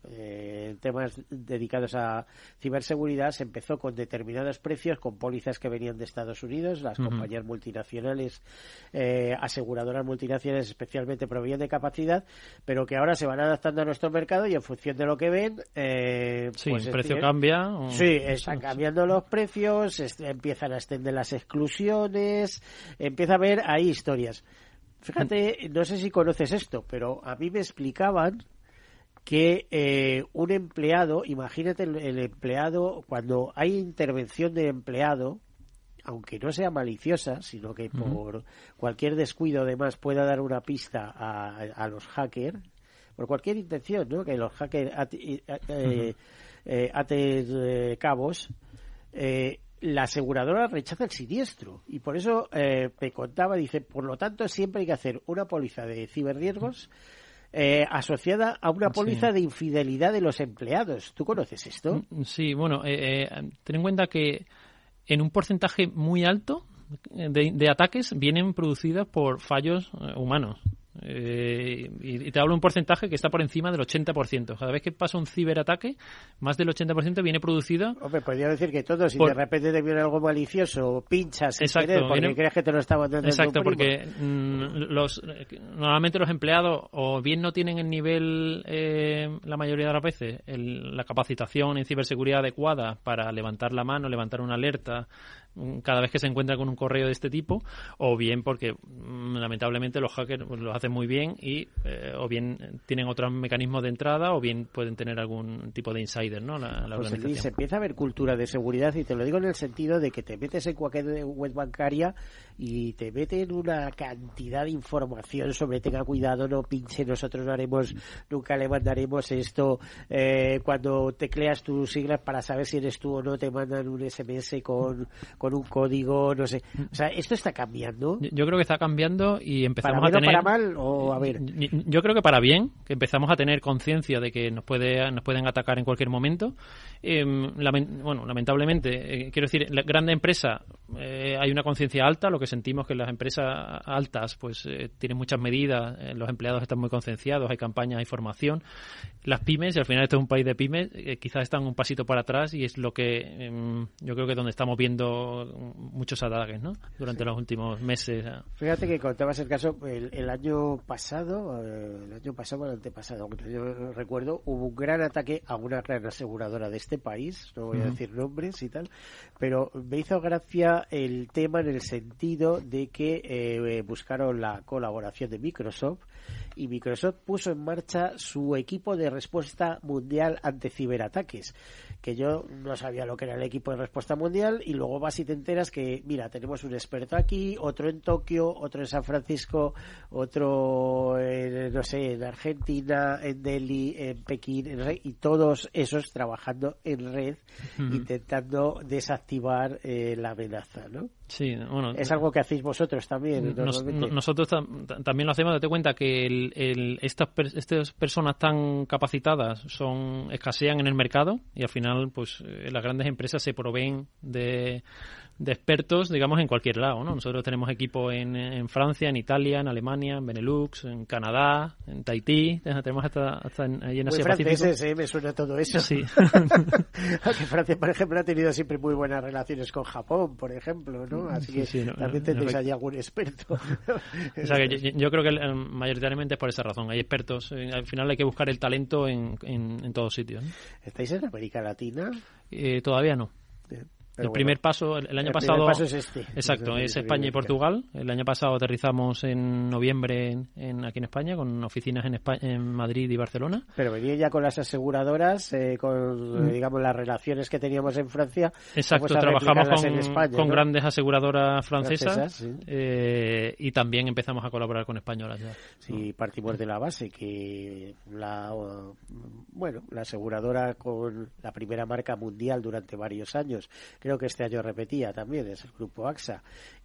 en temas dedicados a ciberseguridad, se empezó con determinados precios, con pólizas que venían de Estados Unidos, las compañías multinacionales, aseguradoras multinacionales especialmente proveían de capacidad, pero que ahora se van adaptando a nuestro mercado y en función de lo que ven, sí, pues el precio cambia. Sí, están cambiando los precios, empiezan a extender las exclusiones, empieza a haber ahí historias. Fíjate, no sé si conoces esto, pero a mí me explicaban que un empleado, imagínate el empleado, cuando hay intervención de empleado, aunque no sea maliciosa, sino que por cualquier descuido además pueda dar una pista a los hackers, por cualquier intención, ¿no?, que los hackers aten cabos, la aseguradora rechaza el siniestro, y por eso me contaba, dice, por lo tanto siempre hay que hacer una póliza de ciberriesgos asociada a una póliza de infidelidad de los empleados. ¿Tú conoces esto? Sí, bueno, ten en cuenta que en un porcentaje muy alto de ataques vienen producidas por fallos humanos. Y te hablo de un porcentaje que está por encima del 80%. Cada vez que pasa un ciberataque, más del 80% viene producido. Hombre, podría decir que todo, si de repente te viene algo malicioso, pinchas sin querer porque crees que te lo está mandando. Exacto, porque normalmente los empleados o bien no tienen el nivel, la mayoría de las veces, la capacitación en ciberseguridad adecuada para levantar la mano, levantar una alerta cada vez que se encuentra con un correo de este tipo, o bien porque lamentablemente los hackers lo hacen muy bien y o bien tienen otros mecanismos de entrada o bien pueden tener algún tipo de insider, ¿no? La organización. Luis, se empieza a ver cultura de seguridad, y te lo digo en el sentido de que te metes en cualquier web bancaria y te meten una cantidad de información sobre tenga cuidado, no pinche, nosotros no haremos, nunca le mandaremos esto, cuando tecleas tus siglas para saber si eres tú o no te mandan un SMS con con un código, no sé. O sea, ¿esto está cambiando? Yo creo que está cambiando y empezamos ¿Para bien a tener... o para mal? O, a ver... Yo creo que para bien, que empezamos a tener conciencia de que nos pueden atacar en cualquier momento. Lamentablemente, quiero decir, la grande empresa, hay una conciencia alta, lo que sentimos que las empresas altas pues tienen muchas medidas, los empleados están muy concienciados, hay campañas, hay formación. Las pymes, y al final esto es un país de pymes, quizás están un pasito para atrás y es lo que yo creo que donde estamos viendo muchos ataques, ¿no? Durante los últimos meses. Fíjate que contabas el caso el año pasado, el antepasado, yo recuerdo, hubo un gran ataque a una gran aseguradora de este país, no voy a decir nombres y tal, pero me hizo gracia el tema en el sentido de que buscaron la colaboración de Microsoft y Microsoft puso en marcha su equipo de respuesta mundial ante ciberataques, que yo no sabía lo que era el equipo de respuesta mundial, y luego vas y te enteras que, mira, tenemos un experto aquí, otro en Tokio, otro en San Francisco, otro no sé, en Argentina, en Delhi, en Pekín, y todos esos trabajando en red, intentando desactivar la amenaza, ¿no? Sí, bueno, es algo que hacéis vosotros también. Nosotros también lo hacemos. Date cuenta que estas personas tan capacitadas escasean en el mercado y al final pues las grandes empresas se proveen de expertos, digamos, en cualquier lado, ¿no? Nosotros tenemos equipo en Francia, en Italia, en Alemania, en Benelux, en Canadá, en Tahití, tenemos hasta ahí en Asia Pacífico. Franceses, me suena todo eso. Sí. Aunque Francia, por ejemplo, ha tenido siempre muy buenas relaciones con Japón, por ejemplo, ¿no? Así que también tendréis allí algún experto. O sea, que yo creo que mayoritariamente es por esa razón. Hay expertos, al final hay que buscar el talento en todos sitios, ¿no? ¿Estáis en América Latina? Todavía no. El primer paso, el año pasado... El primer paso es este. Exacto, es España y Portugal. El año pasado aterrizamos en noviembre aquí en España, con oficinas en Madrid y Barcelona. Pero venía ya con las aseguradoras, con digamos las relaciones que teníamos en Francia. Exacto, trabajamos en España, con ¿no? Grandes aseguradoras francesas sí. Y también empezamos a colaborar con españolas ya. Sí, partimos de la base que la aseguradora con la primera marca mundial durante varios años, creo que este año repetía también, es el grupo AXA,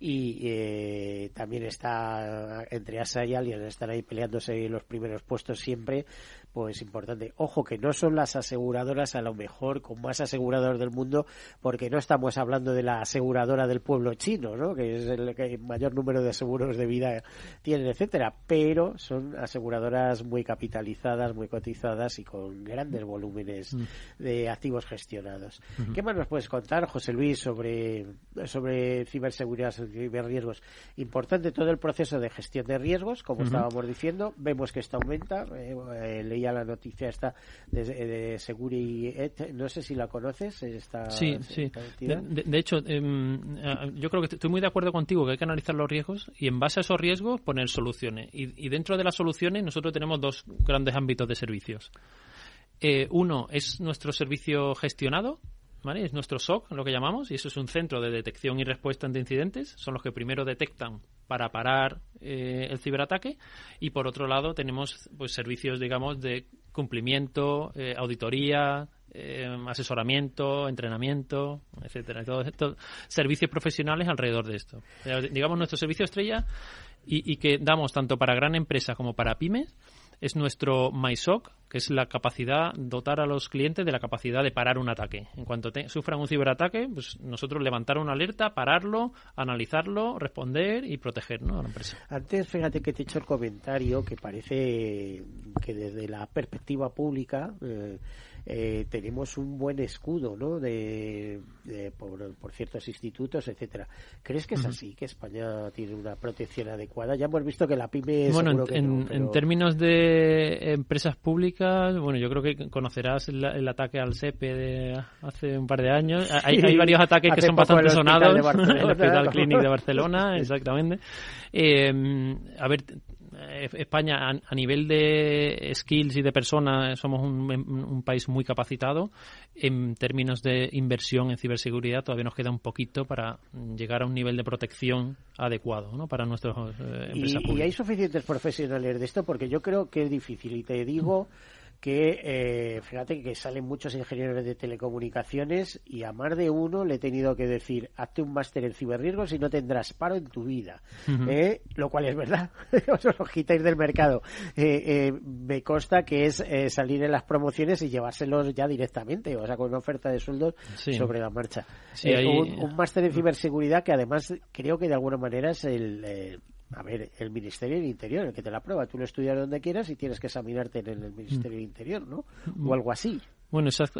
y también está entre AXA y Allianz, están ahí peleándose los primeros puestos siempre, pues importante. Ojo que no son las aseguradoras a lo mejor con más aseguradores del mundo, porque no estamos hablando de la aseguradora del pueblo chino, ¿no? Que es el que mayor número de seguros de vida tienen, etcétera, pero son aseguradoras muy capitalizadas, muy cotizadas y con grandes volúmenes de activos gestionados. ¿Qué más nos puedes contar, José Luis, sobre ciberseguridad, ciberriesgos? Importante todo el proceso de gestión de riesgos, como estábamos diciendo. Vemos que esto aumenta. Leía la noticia esta de Seguri-Et, no sé si la conoces. Sí. De hecho, yo creo que estoy muy de acuerdo contigo que hay que analizar los riesgos y en base a esos riesgos poner soluciones. Y dentro de las soluciones nosotros tenemos dos grandes ámbitos de servicios. Uno es nuestro servicio gestionado, ¿vale? Es nuestro SOC, lo que llamamos, y eso es un centro de detección y respuesta ante incidentes. Son los que primero detectan para parar el ciberataque, y por otro lado tenemos pues servicios, digamos, de cumplimiento, auditoría, asesoramiento, entrenamiento, etcétera. Todos estos servicios profesionales alrededor de esto. Digamos, nuestro servicio estrella y que damos tanto para gran empresa como para pymes es nuestro MySOC, que es la capacidad, dotar a los clientes de la capacidad de parar un ataque. En cuanto sufran un ciberataque, pues nosotros levantar una alerta, pararlo, analizarlo, responder y proteger, ¿no?, a la empresa. Antes, fíjate que te he hecho el comentario que parece que desde la perspectiva pública tenemos un buen escudo, ¿no?, por ciertos institutos, etcétera. ¿Crees que es así, que España tiene una protección adecuada? Ya hemos visto que la pyme seguro que no, pero... en términos de empresas públicas, bueno, yo creo que conocerás el ataque al SEPE de hace un par de años. Hay varios ataques que son bastante sonados. El Hospital Clínic de Barcelona, exactamente. A ver, España a nivel de skills y de personas somos un país muy capacitado. En términos de inversión en ciberseguridad todavía nos queda un poquito para llegar a un nivel de protección adecuado, ¿no?, para nuestras empresas públicas. ¿Y hay suficientes profesionales de esto? Porque yo creo que es difícil, y te digo que fíjate que salen muchos ingenieros de telecomunicaciones y a más de uno le he tenido que decir, hazte un máster en ciberriesgos y no tendrás paro en tu vida. Lo cual es verdad. Os lo quitáis del mercado. Me consta que es salir en las promociones y llevárselos ya directamente, o sea, con una oferta de sueldos sobre la marcha. Un máster en ciberseguridad que además creo que de alguna manera es el Ministerio del Interior el que te la aprueba. Tú lo estudias donde quieras y tienes que examinarte en el Ministerio del Interior, ¿no? O algo así. Bueno, exacto.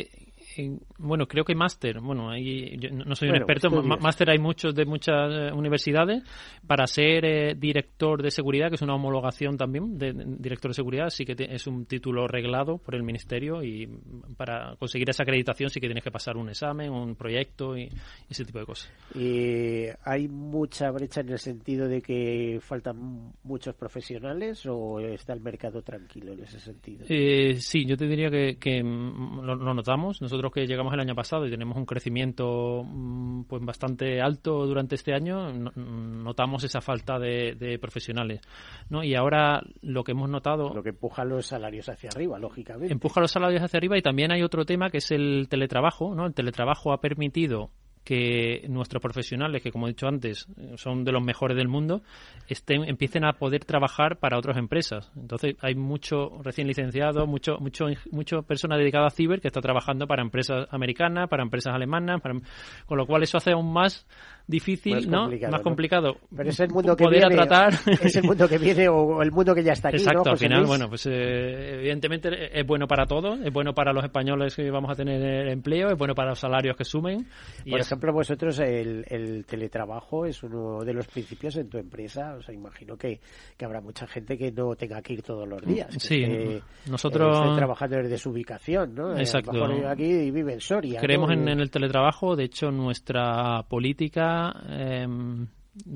Bueno, creo que máster, ahí yo no soy un experto, máster hay muchos de muchas universidades. Para ser director de seguridad, que es una homologación también de director de seguridad, sí que es un título reglado por el Ministerio, y para conseguir esa acreditación sí que tienes que pasar un examen, un proyecto y ese tipo de cosas. ¿Y hay mucha brecha en el sentido de que faltan muchos profesionales o está el mercado tranquilo en ese sentido? Sí, yo te diría que lo notamos. Nosotros que llegamos el año pasado y tenemos un crecimiento pues bastante alto durante este año, notamos esa falta de profesionales, ¿no? Y ahora lo que hemos notado... Lo que empuja los salarios hacia arriba, lógicamente. Empuja los salarios hacia arriba, y también hay otro tema que es el teletrabajo, ¿no? El teletrabajo ha permitido que nuestros profesionales, que como he dicho antes son de los mejores del mundo, empiecen a poder trabajar para otras empresas. Entonces hay mucho recién licenciado, mucho personas dedicadas a ciber que está trabajando para empresas americanas, para empresas alemanas, con lo cual eso hace aún más difícil, más complicado. Pero es el mundo que poder viene, tratar. Es el mundo que viene o el mundo que ya está aquí. Exacto, ¿no, al final, Luis? pues evidentemente es bueno para todos, es bueno para los españoles que vamos a tener empleo, es bueno para los salarios que sumen. Por ejemplo, vosotros el teletrabajo es uno de los principios en tu empresa. O sea, imagino que habrá mucha gente que no tenga que ir todos los días. Sí, nosotros estén trabajando desde su ubicación, ¿no? Exacto. A lo mejor aquí y vive en Soria. Creemos ¿no? en el teletrabajo. De hecho, nuestra política no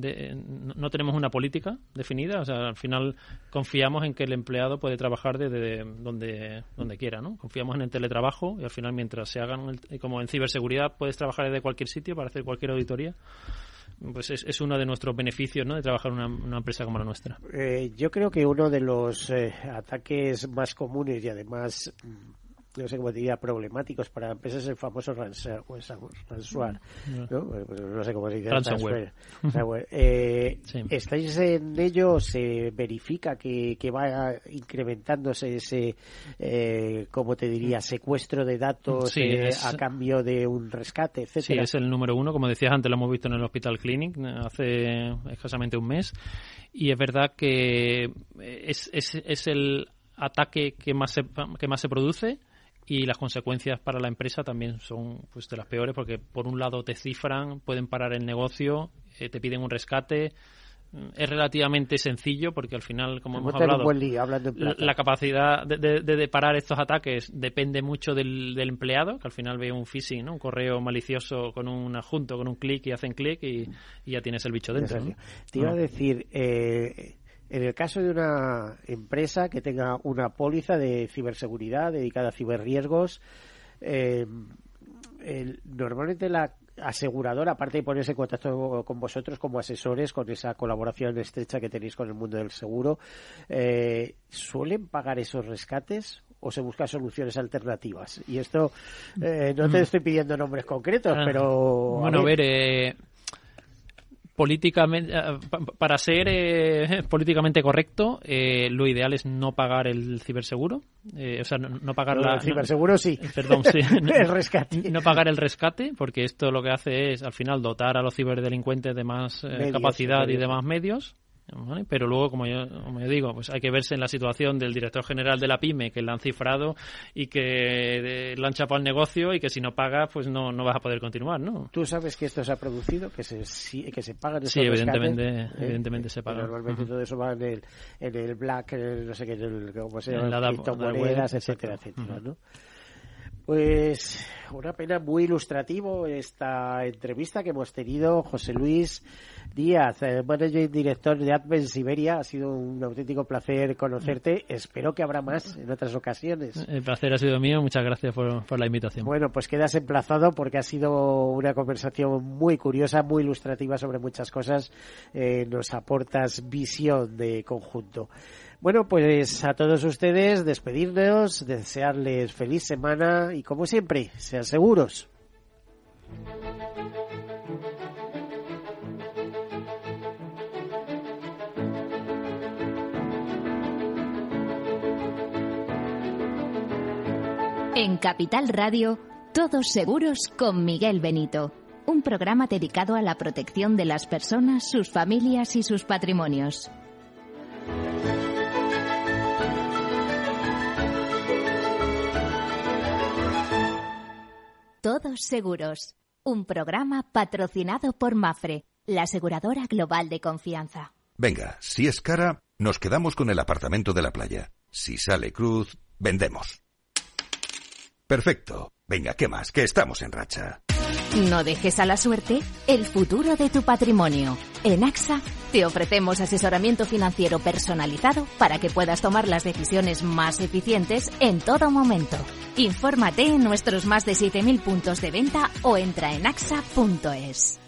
tenemos una política definida. O sea, al final confiamos en que el empleado puede trabajar desde donde quiera, ¿no? Confiamos en el teletrabajo y al final, mientras se hagan, como en ciberseguridad, puedes trabajar desde cualquier sitio para hacer cualquier auditoría. Pues es uno de nuestros beneficios, ¿no?, de trabajar en una empresa como la nuestra. Yo creo que uno de los ataques más comunes y además, no sé cómo diría, problemáticos para empresas es el famoso ransomware, ¿no? Pues no sé cómo se dice. Ransomware. Sí. ¿Estáis en ello? ¿Se verifica que va incrementándose ese, cómo te diría, secuestro de datos a cambio de un rescate, etcétera? Sí, es el número uno. Como decías antes, lo hemos visto en el Hospital Clinic hace escasamente un mes. Y es verdad que es el ataque que más se produce. Y las consecuencias para la empresa también son pues de las peores, porque por un lado te cifran, pueden parar el negocio, te piden un rescate. Es relativamente sencillo porque al final, como hemos hablado, la capacidad de parar estos ataques depende mucho del empleado, que al final ve un phishing, ¿no?, un correo malicioso con un adjunto, con un clic, y hacen clic y ya tienes el bicho dentro, ¿no? Te iba a decir... En el caso de una empresa que tenga una póliza de ciberseguridad dedicada a ciberriesgos, normalmente la aseguradora, aparte de ponerse en contacto con vosotros como asesores, con esa colaboración estrecha que tenéis con el mundo del seguro, ¿suelen pagar esos rescates o se buscan soluciones alternativas? Y esto, no te estoy pidiendo nombres concretos, pero... Bueno, a ver, políticamente, para ser políticamente correcto, lo ideal es no pagar el ciberseguro, o sea, no pagar el ciberseguro, sí. Perdón, sí. El rescate. No pagar el rescate, porque esto lo que hace es, al final, dotar a los ciberdelincuentes de más capacidad y de más medios. ¿Vale? Pero luego, como yo digo, pues hay que verse en la situación del director general de la PYME, que la han cifrado y que le han chapado el negocio, y que si no pagas, pues no vas a poder continuar, ¿no? ¿Tú sabes que esto se ha producido? ¿Que se pagan esos rescates? Sí, evidentemente se pagan. Normalmente todo eso va en el black, no sé qué, cómo se llama, criptomonedas, etcétera, etcétera, ¿no? Pues una pena, muy ilustrativo esta entrevista que hemos tenido. José Luis Díaz, manager y director de Advent Siberia. Ha sido un auténtico placer conocerte. Espero que habrá más en otras ocasiones. El placer ha sido mío. Muchas gracias por la invitación. Bueno, pues quedas emplazado porque ha sido una conversación muy curiosa, muy ilustrativa sobre muchas cosas. Nos aportas visión de conjunto. Bueno, pues a todos ustedes despedirnos, desearles feliz semana y como siempre, sean seguros. En Capital Radio, Todos Seguros con Miguel Benito. Un programa dedicado a la protección de las personas, sus familias y sus patrimonios. Todos Seguros. Un programa patrocinado por Mafre, la aseguradora global de confianza. Venga, si es cara, nos quedamos con el apartamento de la playa. Si sale cruz, vendemos. Perfecto. Venga, ¿qué más? Que estamos en racha. No dejes a la suerte el futuro de tu patrimonio. En AXA te ofrecemos asesoramiento financiero personalizado para que puedas tomar las decisiones más eficientes en todo momento. Infórmate en nuestros más de 7.000 puntos de venta o entra en axa.es.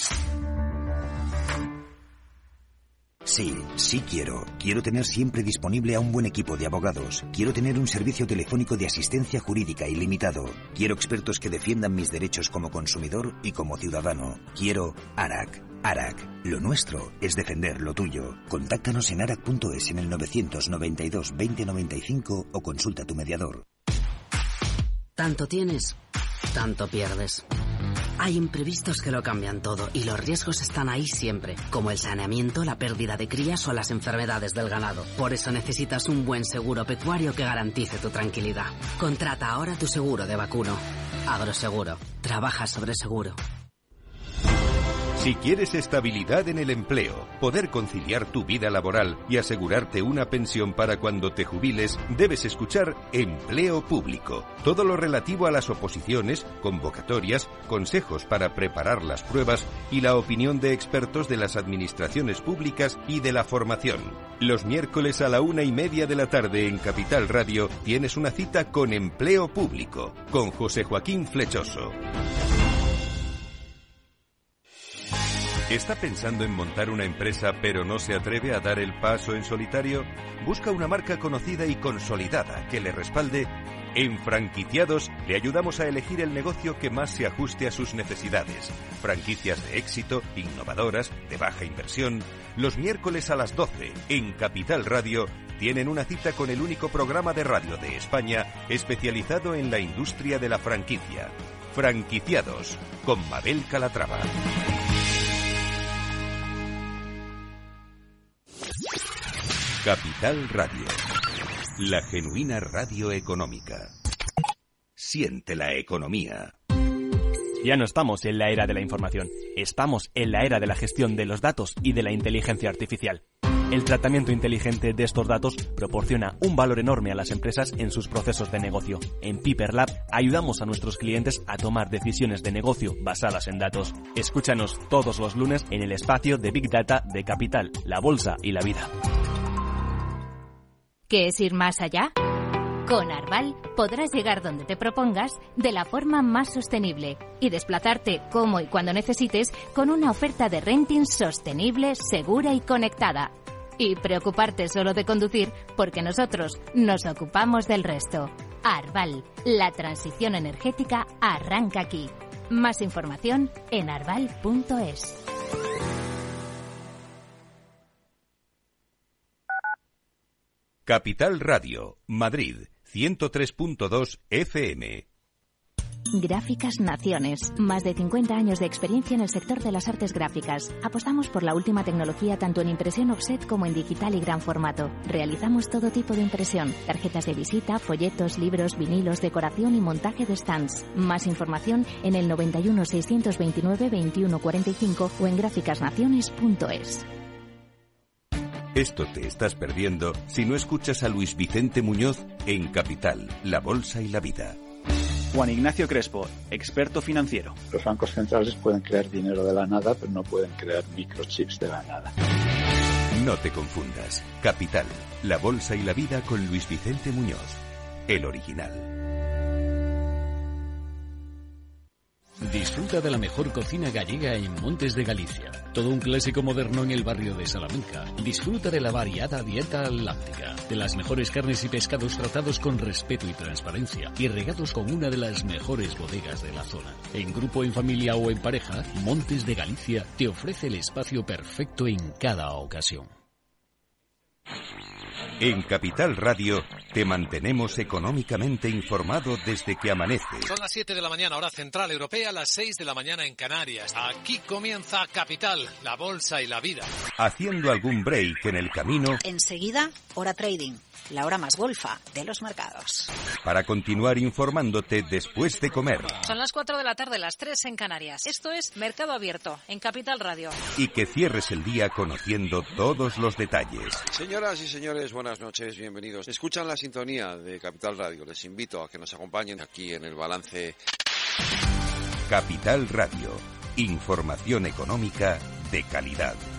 Sí quiero. Quiero tener siempre disponible a un buen equipo de abogados. Quiero tener un servicio telefónico de asistencia jurídica ilimitado. Quiero expertos que defiendan mis derechos como consumidor y como ciudadano. Quiero ARAC. ARAC. Lo nuestro es defender lo tuyo. Contáctanos en arac.es en el 992 2095 o consulta a tu mediador. Tanto tienes, tanto pierdes. Hay imprevistos que lo cambian todo y los riesgos están ahí siempre, como el saneamiento, la pérdida de crías o las enfermedades del ganado. Por eso necesitas un buen seguro pecuario que garantice tu tranquilidad. Contrata ahora tu seguro de vacuno. Agroseguro. Trabaja sobre seguro. Si quieres estabilidad en el empleo, poder conciliar tu vida laboral y asegurarte una pensión para cuando te jubiles, debes escuchar Empleo Público. Todo lo relativo a las oposiciones, convocatorias, consejos para preparar las pruebas y la opinión de expertos de las administraciones públicas y de la formación. Los miércoles a la 1:30 de la tarde en Capital Radio tienes una cita con Empleo Público, con José Joaquín Flechoso. ¿Está pensando en montar una empresa pero no se atreve a dar el paso en solitario? Busca una marca conocida y consolidada que le respalde. En Franquiciados le ayudamos a elegir el negocio que más se ajuste a sus necesidades. Franquicias de éxito, innovadoras, de baja inversión. Los miércoles a las 12 en Capital Radio tienen una cita con el único programa de radio de España especializado en la industria de la franquicia. Franquiciados, con Mabel Calatrava. Capital Radio, la genuina radio económica. Siente la economía. Ya no estamos en la era de la información, estamos en la era de la gestión de los datos y de la inteligencia artificial. El tratamiento inteligente de estos datos proporciona un valor enorme a las empresas en sus procesos de negocio. En Piper Lab ayudamos a nuestros clientes a tomar decisiones de negocio basadas en datos. Escúchanos todos los lunes en el espacio de Big Data de Capital, la Bolsa y la Vida. ¿Qué es ir más allá? Con Arval podrás llegar donde te propongas de la forma más sostenible y desplazarte como y cuando necesites con una oferta de renting sostenible, segura y conectada. Y preocuparte solo de conducir porque nosotros nos ocupamos del resto. Arval, la transición energética arranca aquí. Más información en arval.es. Capital Radio, Madrid, 103.2 FM. Gráficas Naciones. Más de 50 años de experiencia en el sector de las artes gráficas. Apostamos por la última tecnología tanto en impresión offset como en digital y gran formato. Realizamos todo tipo de impresión. Tarjetas de visita, folletos, libros, vinilos, decoración y montaje de stands. Más información en el 91 629 2145 o en gráficasnaciones.es. Esto te estás perdiendo si no escuchas a Luis Vicente Muñoz en Capital, la Bolsa y la Vida. Juan Ignacio Crespo, experto financiero. Los bancos centrales pueden crear dinero de la nada, pero no pueden crear microchips de la nada. No te confundas. Capital, la Bolsa y la Vida con Luis Vicente Muñoz, el original. Disfruta de la mejor cocina gallega en Montes de Galicia. Todo un clásico moderno en el barrio de Salamanca. Disfruta de la variada dieta láctica, de las mejores carnes y pescados tratados con respeto y transparencia y regados con una de las mejores bodegas de la zona. En grupo, en familia o en pareja, Montes de Galicia te ofrece el espacio perfecto en cada ocasión. En Capital Radio te mantenemos económicamente informado desde que amanece. Son las 7 de la mañana, hora central europea, las 6 de la mañana en Canarias. Aquí comienza Capital, la bolsa y la vida. Haciendo algún break en el camino. Enseguida, hora trading, la hora más golfa de los mercados. Para continuar informándote después de comer. Son las 4 de la tarde, las 3 en Canarias. Esto es Mercado Abierto, en Capital Radio. Y que cierres el día conociendo todos los detalles. Señoras y señores, buenas noches, bienvenidos. Escuchan la sintonía de Capital Radio. Les invito a que nos acompañen aquí en el balance. Capital Radio. Información económica de calidad.